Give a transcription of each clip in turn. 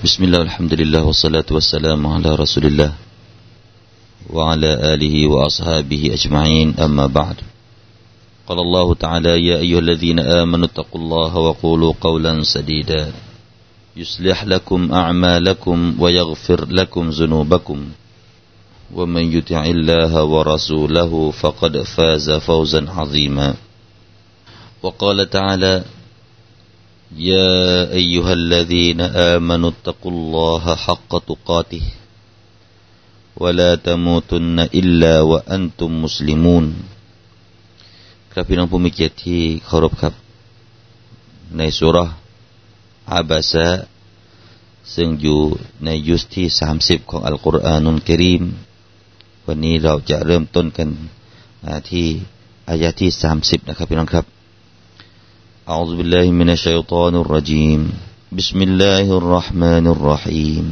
بسم الله والحمد لله والصلاة والسلام على رسول الله وعلى آله وأصحابه أجمعين أما بعد قال الله تعالى يا أيها الذين آمنوا اتقوا الله وقولوا قولا سديدا يصلح لكم أعمالكم ويغفر لكم ذنوبكم ومن يطع الله ورسوله فقد فاز فوزا عظيما وقال تعالى يا أيها الذين آمنوا اتقوا الله حق تقاته ولا تموتن إلا وأنتم مسلمون ครับพี่น้องผู้มีเกียรติที่เคารพครับในซูเราะห์อาบาซะซึ่งอยู่ในยุสที่30ของอัลกุรอานุลกะรีมวันนี้เราจะเริ่มต้นกันที่อายะที่30นะครับพี่น้องครับأعوذ بالله من الشيطان الرجيم بسم الله الرحمن الرحيم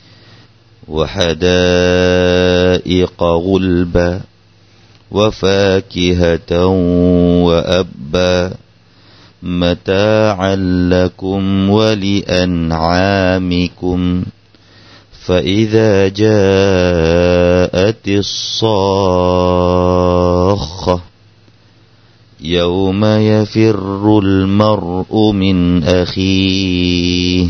وحدائق غلبا وفاكهة وأبا متاعا لكم ولأنعامكم فإذا جاءت الصاخة يوم يفر المرء من أخيه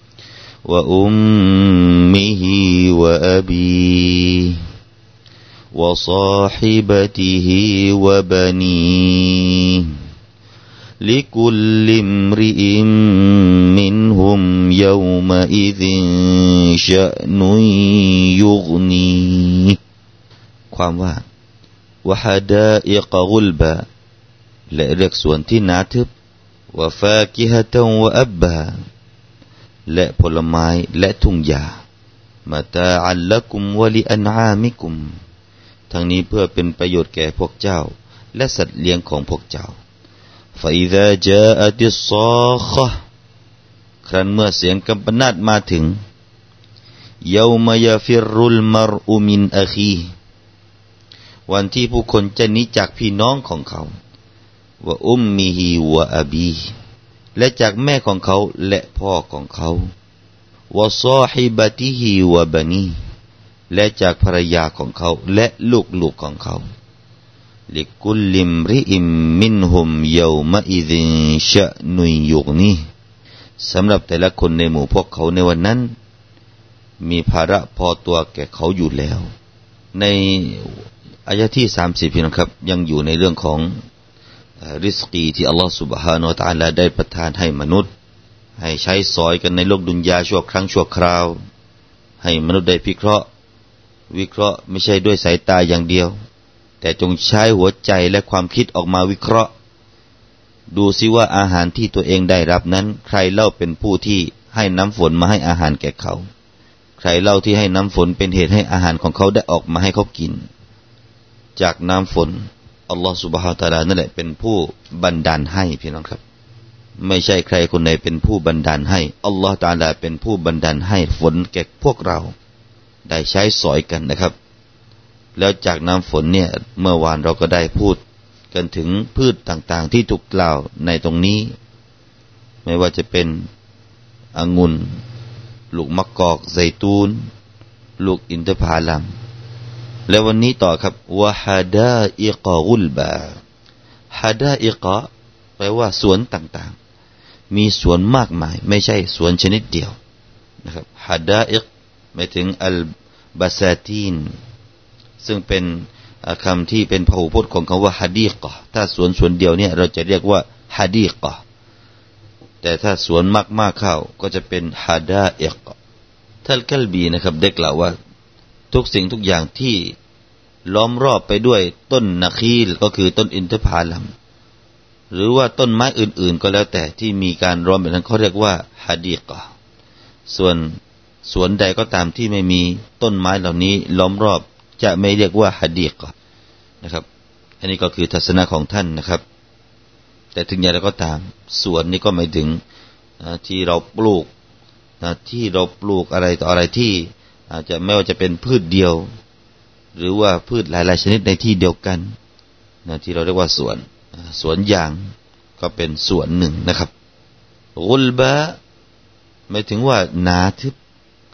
وأمه وأبيه وصاحبته وبنيه لكل امرئ منهم يومئذ شأن يغنيه ความว่า وحدائق غلبا และเรียกสวนที่หนาทึบว่าฟากิฮะตันวะอับบาและผลไม้และทุ่งหญ้ามะตาอัลละกุมวะลิอันอามิกุมทั้งนี้เพื่อเป็นประโยชน์แก่พวกเจ้าและสัตว์เลี้ยงของพวกเจ้าฟะอิซาจาอะติศศอฆะครั้นเมื่อเสียงกำปนาตมาถึงยอมยะฟิรุลมัรอุมินอะคีวันที่ผู้คนจะหนีจากพี่น้องของเขาวะอุมมิฮิวะอบีและจากแม่ของเขาและพ่อของเขาวะซอฮิบะติฮิวะบะนีและจากภรรยาของเขาและลูกๆของเขาลิกุลลิมริอิมมินฮุมยอมะอิซินชะนุยุกนีสำหรับแต่ละคนในหมู่พวกเขาในวันนั้นมีภาระพอตัวแก่เขาอยู่แล้วในอายะที่30พี่น้องครับยังอยู่ในเรื่องของริสกีที่อัลลอฮฺ سبحانه และ تعالى ได้ประทานให้มนุษย์ให้ใช้สอยกันในโลกดุนยาชั่วครั้งชั่วคราวให้มนุษย์ได้วิเคราะห์ไม่ใช่ด้วยสายตาอย่างเดียวแต่จงใช้หัวใจและความคิดออกมาวิเคราะห์ดูซิว่าอาหารที่ตัวเองได้รับนั้นใครเล่าเป็นผู้ที่ให้น้ำฝนมาให้อาหารแก่เขาใครเล่าที่ให้น้ำฝนเป็นเหตุให้อาหารของเขาได้ออกมาให้เขากินจากน้ำฝนอัลลอฮฺ سبحانه และ تعالى นั่นแหละเป็นผู้บันดาลให้พี่น้องครับไม่ใช่ใครคนใดเป็นผู้บันดาลให้อัลลอฮฺ تعالى เป็นผู้บันดาลให้ฝนแก่พวกเราได้ใช้สอยกันนะครับแล้วจากน้ำฝนเนี่ยเมื่อวานเราก็ได้พูดกันถึงพืชต่างๆที่ถูกกล่าวในตรงนี้ไม่ว่าจะเป็นองุ่นลูกมะกอกไซตูนลูกอินทผลัมและวันนี้ต่อครับวะฮะดาอิกะกุลบาฮะดาอิกะแปลว่าสวนต่างๆมีสวนมากมายไม่ใช่สวนชนิดเดียวนะครับฮะดาอิกหมายถึงอัลบาซาตีนซึ่งเป็นคำที่เป็นพหูพจน์ของคำว่าฮะดีกะถ้าสวนเดียวเนี่ยเราจะเรียกว่าฮะดีกะแต่ถ้าสวนมากๆเข้าก็จะเป็นฮะดาอิกท่านกัลบีนะครับได้กล่าวว่าทุกสิ่งทุกอย่างที่ล้อมรอบไปด้วยต้นนะคีลก็คือต้นอินทผลัมหรือว่าต้นไม้อื่นๆก็แล้วแต่ที่มีการล้อมแบบนั้นเขาเรียกว่าฮะดีกะส่วนสวนใดก็ตามที่ไม่มีต้นไม้เหล่านี้ล้อมรอบจะไม่เรียกว่าฮะดีกะนะครับอันนี้ก็คือทัศนะของท่านนะครับแต่ถึงอย่างไรก็ตามสวนนี้ก็หมายถึงที่เราปลูกอะไรต่ออะไรที่อาจจะไม่ว่าจะเป็นพืชเดียวหรือว่าพืชหลายๆชนิดในที่เดียวกันที่เราเรียกว่าสวนยางก็เป็นสวนหนึ่งนะครับกุลบะหมายถึงว่าหนาทึบ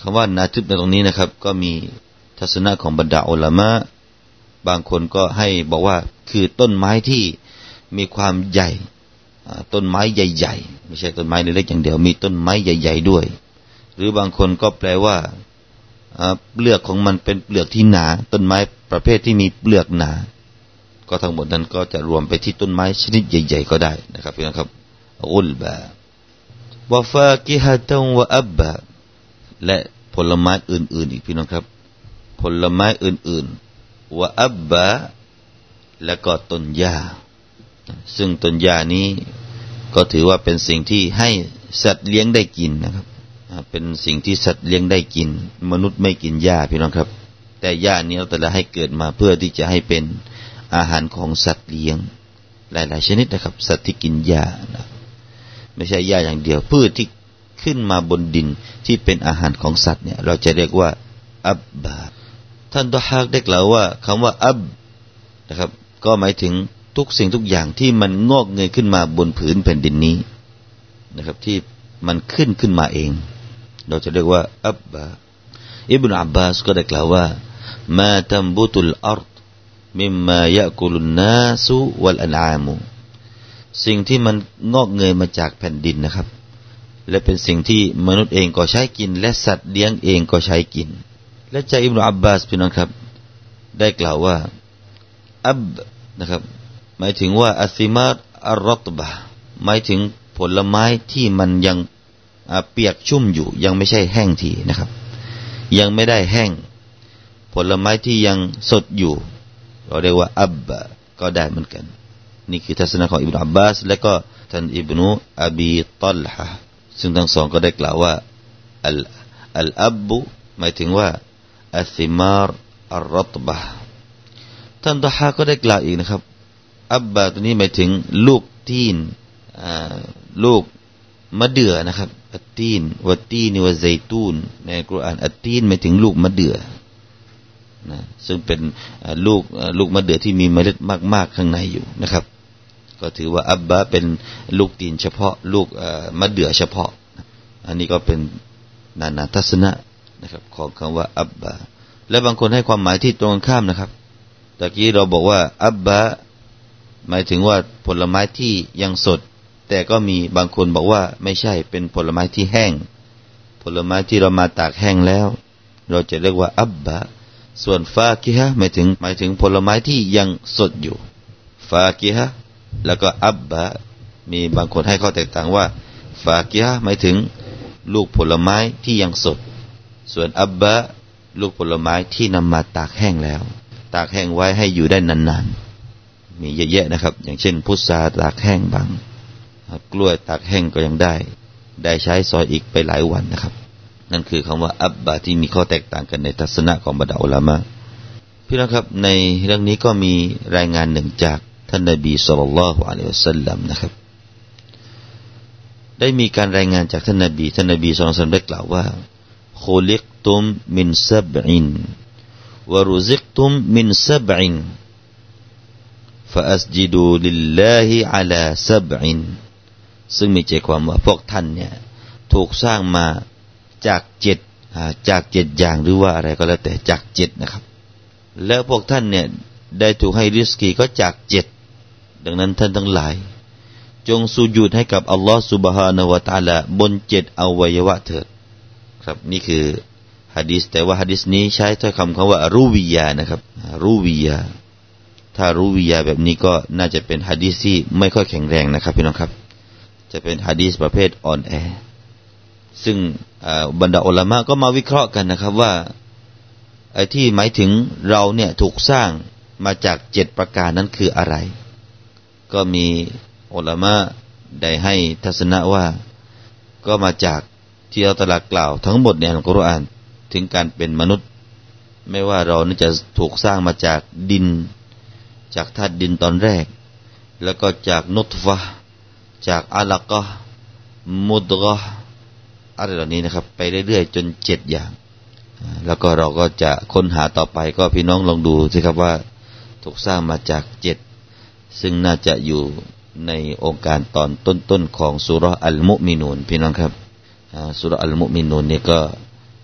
คำว่านาทึบในตรงนี้นะครับก็มีทัศนะของบรรดาอุลามะบางคนก็ให้บอกว่าคือต้นไม้ที่มีความใหญ่ต้นไม้ใหญ่ๆไม่ใช่ต้นไม้เล็กๆอย่างเดียวมีต้นไม้ใหญ่ๆด้วยหรือบางคนก็แปลว่าเปลือกของมันเป็นเปลือกที่หนาต้นไม้ประเภทที่มีเปลือกหนาก็ทั้งหมดนั้นก็จะรวมไปที่ต้นไม้ชนิดใหญ่ๆก็ได้นะครับพี่น้องครับอุลบะวะฟากิฮะตันวะอับบะและผลไม้อื่นๆอีกพี่น้องครับผลไม้อื่นๆวะอับบะและก็ต้นหญ้าซึ่งต้นหญ้านี้ก็ถือว่าเป็นสิ่งที่ให้สัตว์เลี้ยงได้กินนะครับเป็นสิ่งที่สัตว์เลี้ยงได้กินมนุษย์ไม่กินหญ้าพี่น้องครับแต่หญ้านี้แต่ละให้เกิดมาเพื่อที่จะให้เป็นอาหารของสัตว์เลี้ยงหลายๆชนิดนะครับสัตว์ที่กินหญ้านะไม่ใช่หญ้าอย่างเดียวพืชที่ขึ้นมาบนดินที่เป็นอาหารของสัตว์เนี่ยเราจะเรียกว่าอับบะท่านตอฮากได้กล่าวว่าคำว่าอับนะครับก็หมายถึงทุกสิ่งทุกอย่างที่มันงอกเงยขึ้นมาบนผืนแผ่นดินนี้นะครับที่มันขึ้นมาเองเราจะเรียกว่าอับบะอิบนุอับบาสก็ได้กล่าวว่ามาตัมบุตุลอัรฎมิมมายะกุลุนนาสุวัลอันอามุสิ่งที่มันงอกเงยมาจากแผ่นดินนะครับและเป็นสิ่งที่มนุษย์เองก็ใช้กินและสัตว์เลี้ยงเองก็ใช้กินและจากอิบนุอับบาสพี่น้องครับได้กล่าวว่าอับนะครับหมายถึงว่าอัซิมาร์อัรรัตบะหมายถึงผลไม้ที่มันยังเปียกชุ่มอยู่ยังไม่ใช่แห้งทีนะครับยังไม่ได้แห้งผลไม้ที่ยังสดอยู่เราเรียกว่าอับบะก็ได้เหมือนกันนี่คือทัศนะของอิบนุอับบาสและก็ท่านอิบนุอบีตัลฮะซึ่งทั้งสองก็ได้กล่าวว่าอัลอับบุหมายถึงว่าอัซิมาร์อัรรัตบะท่านตอฮาก็ได้กล่าวอีกนะครับอับบะตัวนี้หมายถึงลูกตีนลูกมะเดื่อนะครับอัตตีนวัตตีนวะไซตูนในกุรอานอัตตีนหมายถึงลูกมะเดื่อนะซึ่งเป็นลูกมะเดื่อที่มีเมล็ดมากๆข้างในอยู่นะครับก็ถือว่าอับบะเป็นลูกตีนเฉพาะลูกมะเดื่อเฉพาะอันนี้ก็เป็นนานาทัศนะนะครับของคำว่าอับบะและบางคนให้ความหมายที่ตรงข้ามนะครับตะกี้เราบอกว่าอับบะหมายถึงว่าผลไม้ที่ยังสดแต่ก็มีบางคนบอกว่าไม่ใช่เป็นผลไม้ที่แห้งผลไม้ที่เรามาตากแห้งแล้วเราจะเรียกว่าอับบะส่วนฟากิฮะหมายถึงผลไม้ที่ยังสดอยู่ฟากิฮะแล้วก็อับบะมีบางคนให้ข้อแตกต่างว่าฟากิฮะหมายถึงลูกผลไม้ที่ยังสดส่วนอับบะลูกผลไม้ที่นำมาตากแห้งแล้วตากแห้งไว้ให้อยู่ได้นานๆมีเยอะแยะนะครับอย่างเช่นพุทราตากแห้งบางกล้วยตากแห้งก็ยังได้ใช้ซอยอีกไปหลายวันนะครับนั่นคือคำว่าอับบะที่มีข้อแตกต่างกันในทัศนะของบรรดาอุลามะพี่น้องครับในเรื่องนี้ก็มีรายงานหนึ่งจากท่านนบีศ็อลลัลลอฮุอะลัยฮิวะซัลลัมนะครับได้มีการรายงานจากท่านนบีศ็อลลัลลอฮุอะลัยฮิวะซัลลัมได้กล่าวว่าคุลิกตุมมินซับอินวะรุซิกตุมมินซับอินฟะอัสจิดูลิลลาฮิอะลาซับอินซึ่งมีใจความว่าพวกท่านเนี่ยถูกสร้างมาจากเจ็ดอย่างหรือว่าอะไรก็แล้วแต่จากเจ็ดนะครับแล้วพวกท่านเนี่ยได้ถูกให้ริสกีก็จากเจ็ดดังนั้นท่านทั้งหลายจงสุญูดให้กับอัลลอฮฺซุบฮานะฮูวะตะอาลาบนเจ็ดอวัยวะเถิดครับนี่คือหะดีษแต่ว่าหะดีษนี้ใช้ถ้อยคำว่ารูวิยานะครับรูวิยาถ้ารูวิยาแบบนี้ก็น่าจะเป็นหะดีษที่ไม่ค่อยแข็งแรงนะครับพี่น้องครับจะเป็นหะดีษประเภทอ่อนแอซึ่งบรรดาอุลามะก็มาวิเคราะห์กันนะครับว่าไอ้ที่หมายถึงเราเนี่ยถูกสร้างมาจาก7ประการนั้นคืออะไรก็มีอุลามะได้ให้ทัศนะว่าก็มาจากที่อัลเลาะห์ตะอาลากล่าวทั้งหมดในอัลกุรอานถึงการเป็นมนุษย์ไม่ว่าเรานี่จะถูกสร้างมาจากดินจากธาตุดินตอนแรกแล้วก็จากนุตฟะห์จากอะลักะห์มุดฆะห์อะไรเหล่านี้นะครับไปเรื่อยๆจน7อย่างแล้วก็เราก็จะค้นหาต่อไปก็พี่น้องลองดูสิครับว่าถูกสร้างมาจาก7ซึ่งน่าจะอยู่ในองค์การตอนต้นๆของซูเราะห์อัลมุอ์มินูนพี่น้องครับซูเราะห์อัลมุอ์มินูนนี่ก็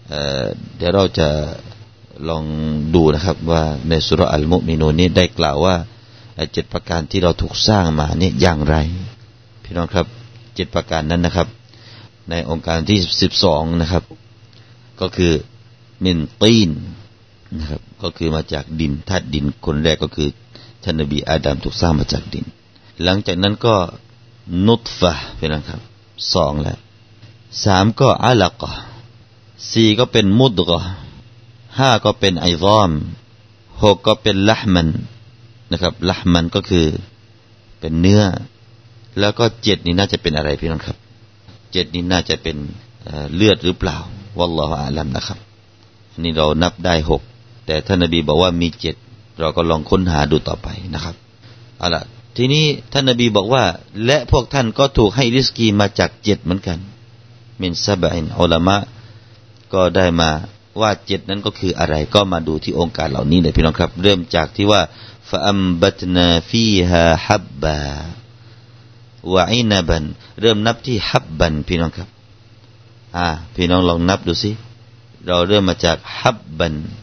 เดี๋ยวเราจะลองดูนะครับว่าในสุเราะห์อัลมุมินูนนี้ได้กล่าวว่า7ประการที่เราถูกสร้างมาเนี่ยอย่างไรพี่น้องครับ7ประการนั้นนะครับในองค์การที่12นะครับก็คือมินตีนนะครับก็คือมาจากดินธาตุดินคนแรกก็คือท่านนบีอาดัมถูกสร้างมาจากดินหลังจากนั้นก็นุตฟะห์พี่น้องครับ2แล้ว3ก็อะลักะห์4ก็เป็นมุดกะห์5ก็เป็นไอฎอม6ก็เป็นละห์มันนะครับละห์มันก็คือเป็นเนื้อแล้วก็7นี่น่าจะเป็นอะไรพี่น้องครับ7นี่น่าจะเป็นเลือดหรือเปล่าวัลลอฮุอาลัมนะครับนี่เรานับได้6แต่ท่านนบีบอกว่ามี7เราก็ลองค้นหาดูต่อไปนะครับเอาล่ะทีนี้ท่านนบีบอกว่าและพวกท่านก็ถูกให้ริสกีมาจาก7เหมือนกันมินซะบะอินอุลามะก็ได้มาว่า7นั้นก็คืออะไรก็มาดูที่องค์การเหล่านี้เลยพี่น้องครับเริ่มจากที่ว่าฟะอัมบัตนาฟีฮาฮับบาวะอินะบันเริ่มนับที่ฮับบันพี่น้องครับพี่น้องลองนับดูสิเราเริ่มมาจากฮับ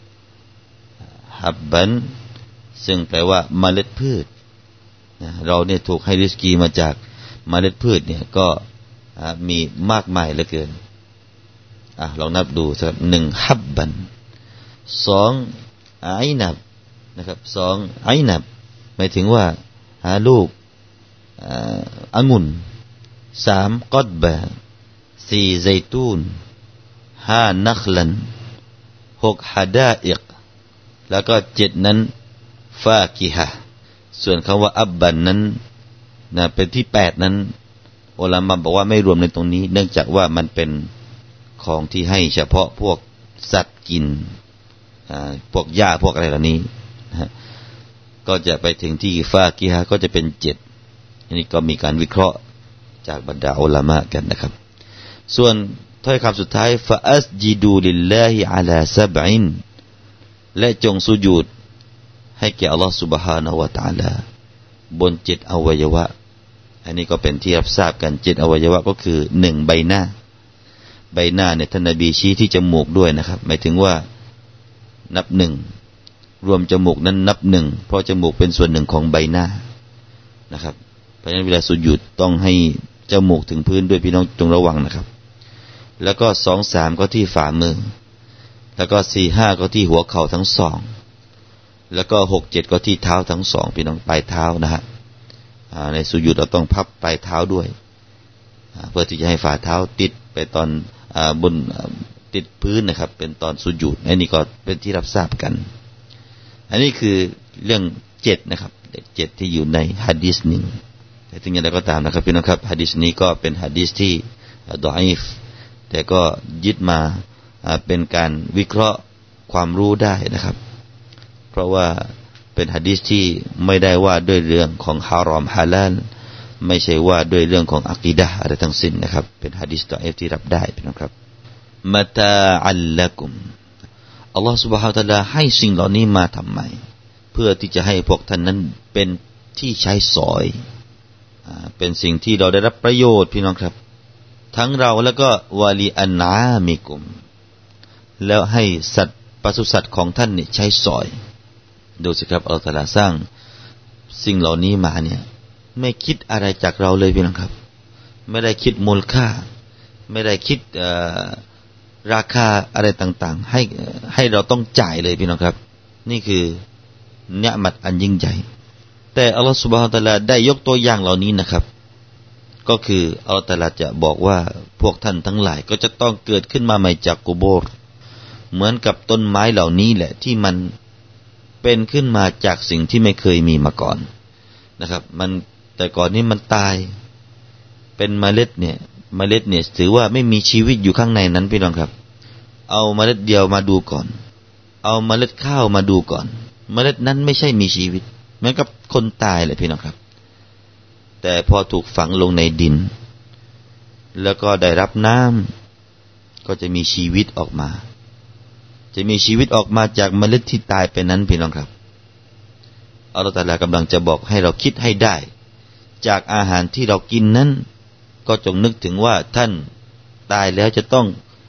บันซึ่งแปลว่าเมล็ดพืชเราเนี่ยถูกให้ริสกีมาจากเมล็ดพืชเนี่ยก็มีมากมายเหลือเกินลองนับดูสัก1ฮับบัน2ไอนับนะครับ2ไอนับหมายถึงว่าลูกองุ่น3กอดบะ4ไซตูน5นัคลัน6ฮะดาอิกแล้วก็7นั้นฟากิฮะส่วนคำว่าอับบันนั้นเป็นที่8นั้นอุลามะบอกว่าไม่รวมในตรงนี้เนื่องจากว่ามันเป็นของที่ให้เฉพาะพวกสัตว์กินพวกหญ้าพวกอะไรเหล่านี้นะก็จะไปถึงที่ฟากิฮะก็จะเป็น7อันนี้ก็มีการวิเคราะห์จากบรรดาอุลามะกันนะครับส่วนถ้อยคำสุดท้ายฟะอัสจิดูลิลลาฮิอะลาซับอินและจงสุญูดให้แก่อัลลอฮฺ سبحانه และ تعالى บน7อวัยวะอันนี้ก็เป็นที่รับทราบกัน7อวัยวะก็คือ1ใบหน้าเนี่ยท่านนบีชี้ที่จมูกด้วยนะครับหมายถึงว่านับ1รวมจมูกนั้นนับ1เพราะจมูกเป็นส่วนหนึ่งของใบหน้านะครับเพราะฉะนั้นเวลาสุญูดต้องให้จมูกถึงพื้นด้วยพี่น้องจงระวังนะครับแล้วก็2 3ก็ที่ฝ่ามือแล้วก็4 5ก็ที่หัวเข่าทั้งสองแล้วก็6 7ก็ที่เท้าทั้งสองพี่น้องปลายเท้านะฮะในสุญูดเราต้องพับปลายเท้าด้วยเพื่อที่จะให้ฝ่าเท้าติดไปตอนบนติดพื้นนะครับเป็นตอนสุญูดอันนี้ก็เป็นที่รับทราบกันอันนี้คือเรื่อง7นะครับ7ที่อยู่ในหะดีษนี้แต่ถึงอย่างไรก็ตามนะครับพี่น้องครับหะดีษนี้ก็เป็นหะดีษที่ดออีฟแต่ก็ยึดมาเป็นการวิเคราะห์ความรู้ได้นะครับเพราะว่าเป็นหะดีษที่ไม่ได้ว่าด้วยเรื่องของฮารอมฮาลาลไม่ใช่ว่าด้วยเรื่องของอะกีดะห์อะไรทั้งสิ้นนะครับเป็นหะดีษดออีฟที่รับได้พี่น้องครับมะตาอัลละกุมอัลลอฮฺ سبحانه และ تعالى ให้สิ่งเหล่านี้มาทำไมเพื่อที่จะให้พวกท่านนั้นเป็นที่ใช้สอยเป็นสิ่งที่เราได้รับประโยชน์พี่น้องครับทั้งเราแล้วก็วาลีอันอามิกุมแล้วให้สัตว์ปศุสัตว์ของท่านเนี่ยใช้สอยดูสิครับอัลลอฮฺตะอาลาสร้างสิ่งเหล่านี้มาเนี่ยไม่คิดอะไรจากเราเลยพี่น้องครับไม่ได้คิดมูลค่าไม่ได้คิดราคาอะไรต่างๆให้เราต้องจ่ายเลยพี่น้องครับนี่คือเนืมัดอันยิ่งใหญ่แต่อัลลอฮฺซุบฮานะฮูวะตะอาลาได้ยกตัวอย่างเหล่านี้นะครับก็คืออัลลอฮฺตะอาลาจะบอกว่าพวกท่านทั้งหลายก็จะต้องเกิดขึ้นมาใหม่จากกุโบร์เหมือนกับต้นไม้เหล่านี้แหละที่มันเป็นขึ้นมาจากสิ่งที่ไม่เคยมีมาก่อนนะครับมันแต่ก่อนนี้มันตายเป็นเมล็ดเนี่ยถือว่าไม่มีชีวิตอยู่ข้างในนั้นพี่น้องครับเอาเมล็ดเดียวมาดูก่อนเอาเมล็ดข้าวมาดูก่อนเมล็ดนั้นไม่ใช่มีชีวิตเหมือนกับคนตายเลยพี่น้องครับแต่พอถูกฝังลงในดินแล้วก็ได้รับน้ำก็จะมีชีวิตออกมาจากเมล็ดที่ตายไปนั้นพี่น้องครับอัลเลาะห์ตะอาลากำลังจะบอกให้เราคิดให้ได้จากอาหารที่เรากินนั้นก็จงนึกถึงว่าท่านตายแล้วจะต้อง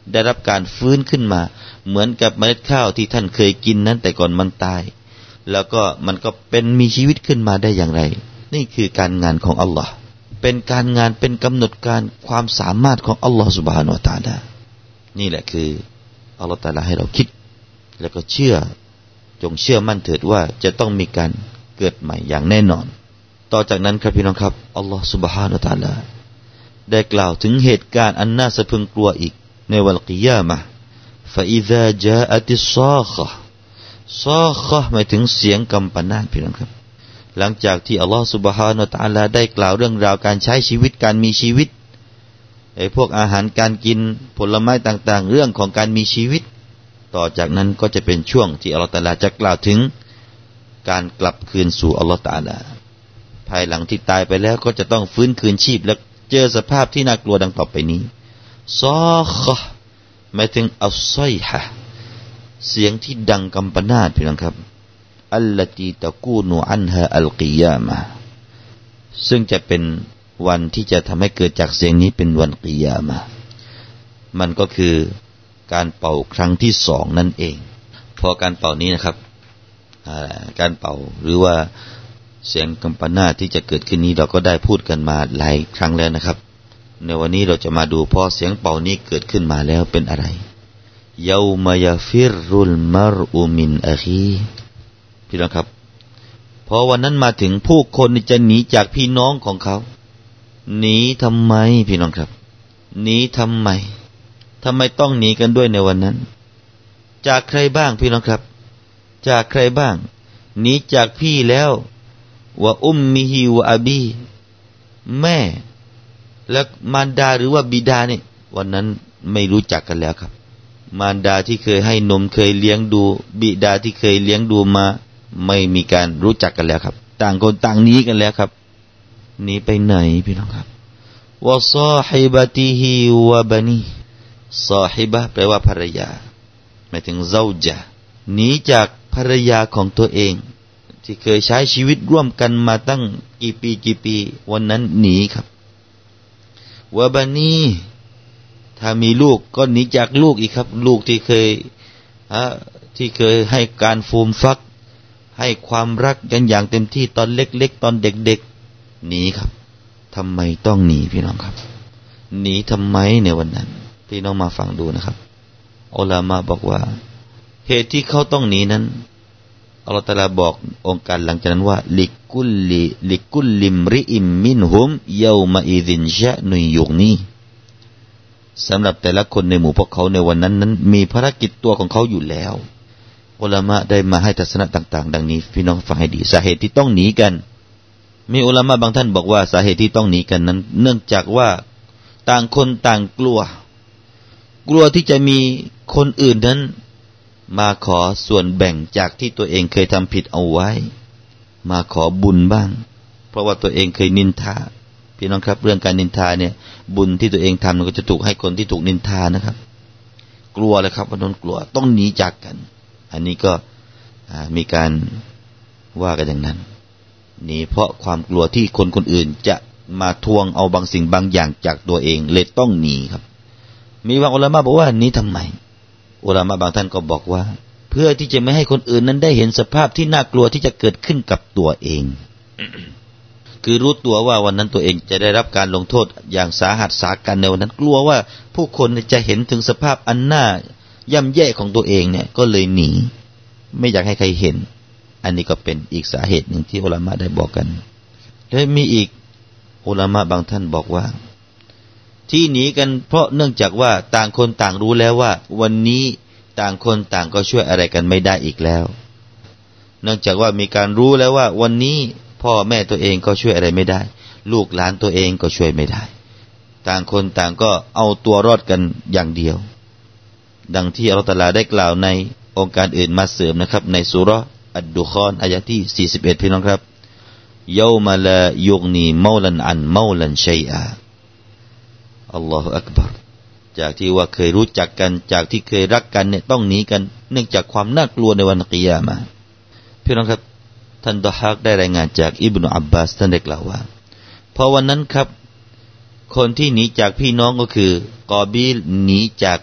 ได้รับการฟื้นขึ้นมาเหมือนกับเมล็ดข้าวที่ท่านเคยกินนั้นแต่ก่อนมันตายแล้วก็มันก็เป็นมีชีวิตขึ้นมาได้อย่างไรนี่คือการงานของอัลลอฮ์เป็นการงานเป็นกำหนดการความสามารถของอัลลอฮ์ซุบฮานะฮูวะตะอาลานี่แหละคืออัลลอฮ์ตะอาลาให้เราคิดแล้วก็เชื่อจงเชื่อมั่นเถิดว่าจะต้องมีการเกิดใหม่อย่างแน่นอนต่อจากนั้นครับพี่น้องครับอัลลอฮ์ซุบฮานะฮูวะตะอาลาได้กล่าวถึงเหตุการณ์อันน่าสะพรึงกลัวอีกในวันกิยามะฮ์ฟะอิซาจาอะติศศอฆะศอฆะหมายถึงเสียงกำปนาตพี่น้องครับหลังจากที่อัลลอฮฺซุบฮานะฮูวะตะอาลาได้กล่าวเรื่องราวการใช้ชีวิตการมีชีวิตพวกอาหารการกินผลไม้ต่างๆเรื่องของการมีชีวิตต่อจากนั้นก็จะเป็นช่วงที่อัลลอฮฺตะอาลาจะกล่าวถึงการกลับคืนสู่อัลลอฮฺตะอาลาภายหลังที่ตายไปแล้วก็จะต้องฟื้นคืนชีพและเจอสภาพที่น่ากลัวดังต่อไปนี้ซอฆะหมายถึงอัศซัยฮะเสียงที่ดังกำปนาตพี่น้องครับอัลลตีตะกูนูอันฮาอัลกิยามะฮ์ซึ่งจะเป็นวันที่จะทำให้เกิดจากเสียงนี้เป็นวันกิยามะฮ์มันก็คือการเป่าครั้งที่สองนั่นเองพอการเป่านี้นะครับการเป่าหรือว่าเสียงกำปนาตที่จะเกิดขึ้นนี้เราก็ได้พูดกันมาหลายครั้งแล้วนะครับในวันนี้เราจะมาดูพอเสียงเป่านี้เกิดขึ้นมาแล้วเป็นอะไรยาวมายาฟิรุลมารอุมินอะฮีพี่น้องครับพอวันนั้นมาถึงผู้คนจะหนีจากพี่น้องของเขาหนีทำไมพี่น้องครับหนีทำไมต้องหนีกันด้วยในวันนั้นจากใครบ้างพี่น้องครับจากใครบ้างหนีจากพี่แล้ววะอุมมิฮิวะอบีแม่และมารดาหรือว่าบิดาเนี่ยวันนั้นไม่รู้จักกันแล้วครับมารดาที่เคยให้นมเคยเลี้ยงดูบิดาที่เคยเลี้ยงดูมาไม่มีการรู้จักกันแล้วครับต่างคนต่างหนีกันแล้วครับหนีไปไหนพี่น้องครับวะซอฮิบะติฮิวะบะนีซอฮิบะแปลว่าภรรยาหมายถึงเจ้าจ่าหนีจากภรรยาของตัวเองที่เคยใช้ชีวิตร่วมกันมาตั้งกี่ปีวันนั้นหนีครับวะบะนีถ้ามีลูกก็หนีจากลูกอีกครับลูกที่เคยให้การฟูมฟักให้ความรักกันอย่างเต็มที่ตอนเล็กๆตอนเด็กๆหนีครับทำไมต้องหนีพี่น้องครับหนีทำไมในวันนั้นพี่น้องมาฟังดูนะครับอุลามะบอกว่าเหตุที่เขาต้องหนีนั้นอัลเลาะห์ตะอาลาบอกองค์การหลังจากนั้นว่าลิกุลลิมริอิมมินฮุมยอมะอิซินชะนุยุกนีสำหรับแต่ละคนในหมู่พวกเขาในวันนั้นมีภารกิจตัวของเขาอยู่แล้วอุลามะได้มาให้ทัศนะต่างๆดังนี้พี่น้องฟังให้ดีสาเหตุที่ต้องหนีกันมีอุลามะบางท่านบอกว่าสาเหตุที่ต้องหนีกันนั้นเนื่องจากว่าต่างคนต่างกลัวที่จะมีคนอื่นนั้นมาขอส่วนแบ่งจากที่ตัวเองเคยทำผิดเอาไว้มาขอบุญบ้างเพราะว่าตัวเองเคยนินทาพี่น้องครับเรื่องการนินทาเนี่ยบุญที่ตัวเองทำมันก็จะถูกให้คนที่ถูกนินทานะครับกลัวเลยครับว่าโดนกลัวต้องหนีจากกันอันนี้ก็มีการว่ากันอย่างนั้นหนีเพราะความกลัวที่คนอื่นจะมาทวงเอาบางสิ่งบางอย่างจากตัวเองเลยต้องหนีครับมีบางอุลามะบอกว่าหนีทำไมอุลามะบางท่านก็บอกว่าเพื่อที่จะไม่ให้คนอื่นนั้นได้เห็นสภาพที่น่ากลัวที่จะเกิดขึ้นกับตัวเอง คือรู้ตัวว่าวันนั้นตัวเองจะได้รับการลงโทษอย่างสาหัสสากันในวันนั้นกลัวว่าผู้คนจะเห็นถึงสภาพอันน่าย่ำแย่ของตัวเองเนี่ยก็เลยหนีไม่อยากให้ใครเห็นอันนี้ก็เป็นอีกสาเหตุหนึ่งที่อุลามะได้บอกกันและมีอีกอุลามะบางท่านบอกว่าที่หนีกันเพราะเนื่องจากว่าต่างคนต่างรู้แล้วว่าวันนี้ต่างคนต่างก็ช่วยอะไรกันไม่ได้อีกแล้วเนื่องจากว่ามีการรู้แล้วว่าวันนี้พ่อแม่ตัวเองก็ช่วยอะไรไม่ได้ลูกหลานตัวเองก็ช่วยไม่ได้ต่างคนต่างก็เอาตัวรอดกันอย่างเดียวดังที่อัลเลาะห์ตะอาลาได้กล่าวในองค์การอื่นมาเสริมนะครับในซูเราะห์อัดดุคอนอายะห์ที่41พี่น้องครับยอมะลายุกนีเมาลันอันเมาลันชัยอาอัลลอฮฺอักบัรจากที่ว่าเคยรู้จักกันจากที่เคยรักกันเนี่ยต้องหนีกันเนื่องจากความน่ากลัวในวันกิยามะฮ์พี่น้องครับท่านดอฮากได้รายงานจากอิบนุอับบาสท่านได้กล่าวว่าพอวันนั้นครับคนที่หนีจากพี่น้องก็คือกอบีลหนีจาก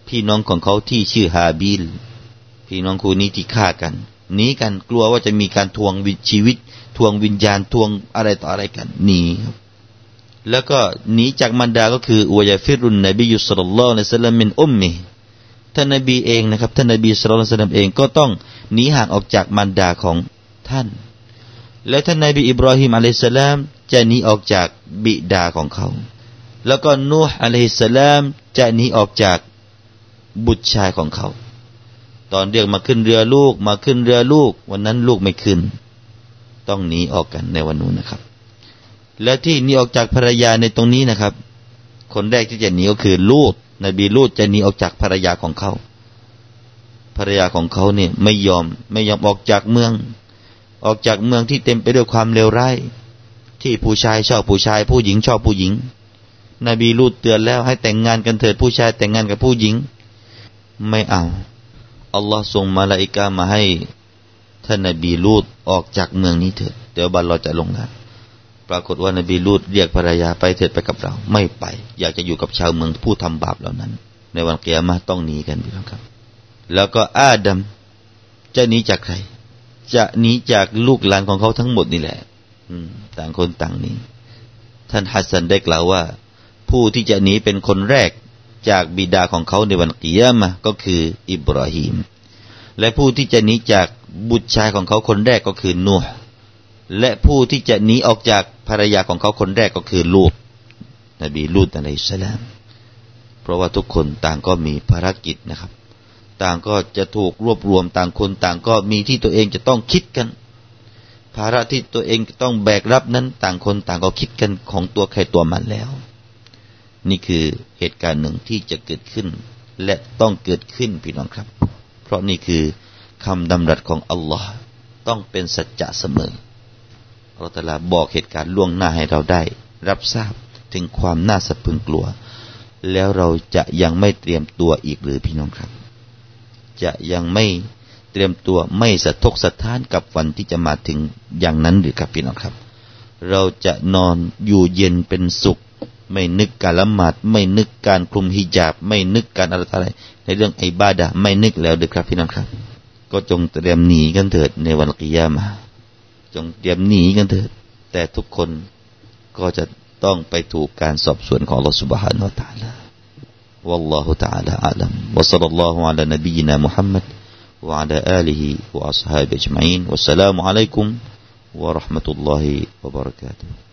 พี่น้องของเขาที่ชื่อฮาบิลพี่น้องคู่นี้ที่ฆ่ากันหนีกันกลัวว่าจะมีการทวงชีวิตทวงวิญญาณทวงอะไรต่ออะไรกันหนีครับแล้วก็หนีจากมารดาก็คือวะยาฟิรุนนบีศ็อลลัลลอฮุอะลัยฮิวะซัลลัมมินอุมมิท่านนบีเองนะครับท่านนบีศ็อลลัลลอฮุอะลัยฮิวะซัลลัมเองก็ต้องหนีห่างออกจากมารดาของท่านและท่านนบีอิบราฮิมอะลัยฮิสสลามจะหนีออกจากบิดาของเขาแล้วก็นูห์อะลัยฮิสสลามจะหนีออกจากบุตรชายของเขาตอนเรียกมาขึ้นเรือลูกมาขึ้นเรือลูกวันนั้นลูกไม่ขึ้นต้องหนีออกกันในวันนู้นนะครับและที่หนีออกจากภรรยาในตรงนี้นะครับคนแรกที่จะหนีก็คือลูตนบีลูตจะหนีออกจากภรรยาของเขาภรรยาของเขาเนี่ยไม่ยอมออกจากเมืองที่เต็มไปด้วยความเลวร้ายที่ผู้ชายชอบผู้ชายผู้หญิงชอบผู้หญิงนบีลูตเตือนแล้วให้แต่งงานกันเถิดผู้ชายแต่งงานกับผู้หญิงไม่เอาอัลลอฮ์ส่งมาลาอิกะห์มาให้ท่านนบีลูตออกจากเมืองนี้เถิดเดี๋ยวบัดเราจะลงนรกปรากฏว่านบีลูตเรียกภรรยาไปเถิดไปกับเราไม่ไปอยากจะอยู่กับชาวเมืองผู้ทำบาปเหล่านั้นในวันกิยามะห์ต้องหนีกันพี่น้องครับแล้วก็อาดัมจะหนีจากใครจะหนีจากลูกหลานของเขาทั้งหมดนี่แหละต่างคนต่างหนีท่านฮัสซันได้กล่าวว่าผู้ที่จะหนีเป็นคนแรกจากบิดาของเขาในวันกิยามะห์ก็คืออิบราฮิมและผู้ที่จะหนีจากบุตรชายของเขาคนแรกก็คือนูห์และผู้ที่จะหนีออกจากภรรยาของเขาคนแรกก็คือลูตนบีลูตอะลัยฮิสสลามเพราะว่าทุกคนต่างก็มีภารกิจนะครับต่างก็จะถูกรวบรวมต่างคนต่างก็มีที่ตัวเองจะต้องคิดกันภาระที่ตัวเองจะต้องแบกรับนั้นต่างคนต่างก็คิดกันของตัวใครตัวมันแล้วนี่คือเหตุการณ์หนึ่งที่จะเกิดขึ้นและต้องเกิดขึ้นพี่น้องครับเพราะนี่คือคำดำรัสของอัลลอฮ์ต้องเป็นสัจจะเสมออัลลอฮ์ตะอาลาบอกเหตุการณ์ล่วงหน้าให้เราได้รับทราบถึงความน่าสะพรึงกลัวแล้วเราจะยังไม่เตรียมตัวอีกหรือพี่น้องครับจะยังไม่เตรียมตัวไม่สะทกสะท้านกับวันที่จะมาถึงอย่างนั้นหรือครับพี่น้องครับเราจะนอนอยู่เย็นเป็นสุขไม่นึกการละหมาดไม่นึกการคลุมฮิญาบไม่นึกการอะไรในเรื่องอิบาดะห์ไม่นึกแล้วหรือครับพี่น้องครับก็จงเตรียมหนีกันเถิดในวันกิยามะห์จงเตรียมหนีกันเถิดแต่ทุกคนก็จะต้องไปถูกการสอบสวนของอัลเลาะห์ซุบฮานะฮูวะตะอาลาوالله تعالى أعلم وصلى الله على نبينا محمد وعلى آله وأصحابه أجمعين والسلام عليكم ورحمة الله وبركاته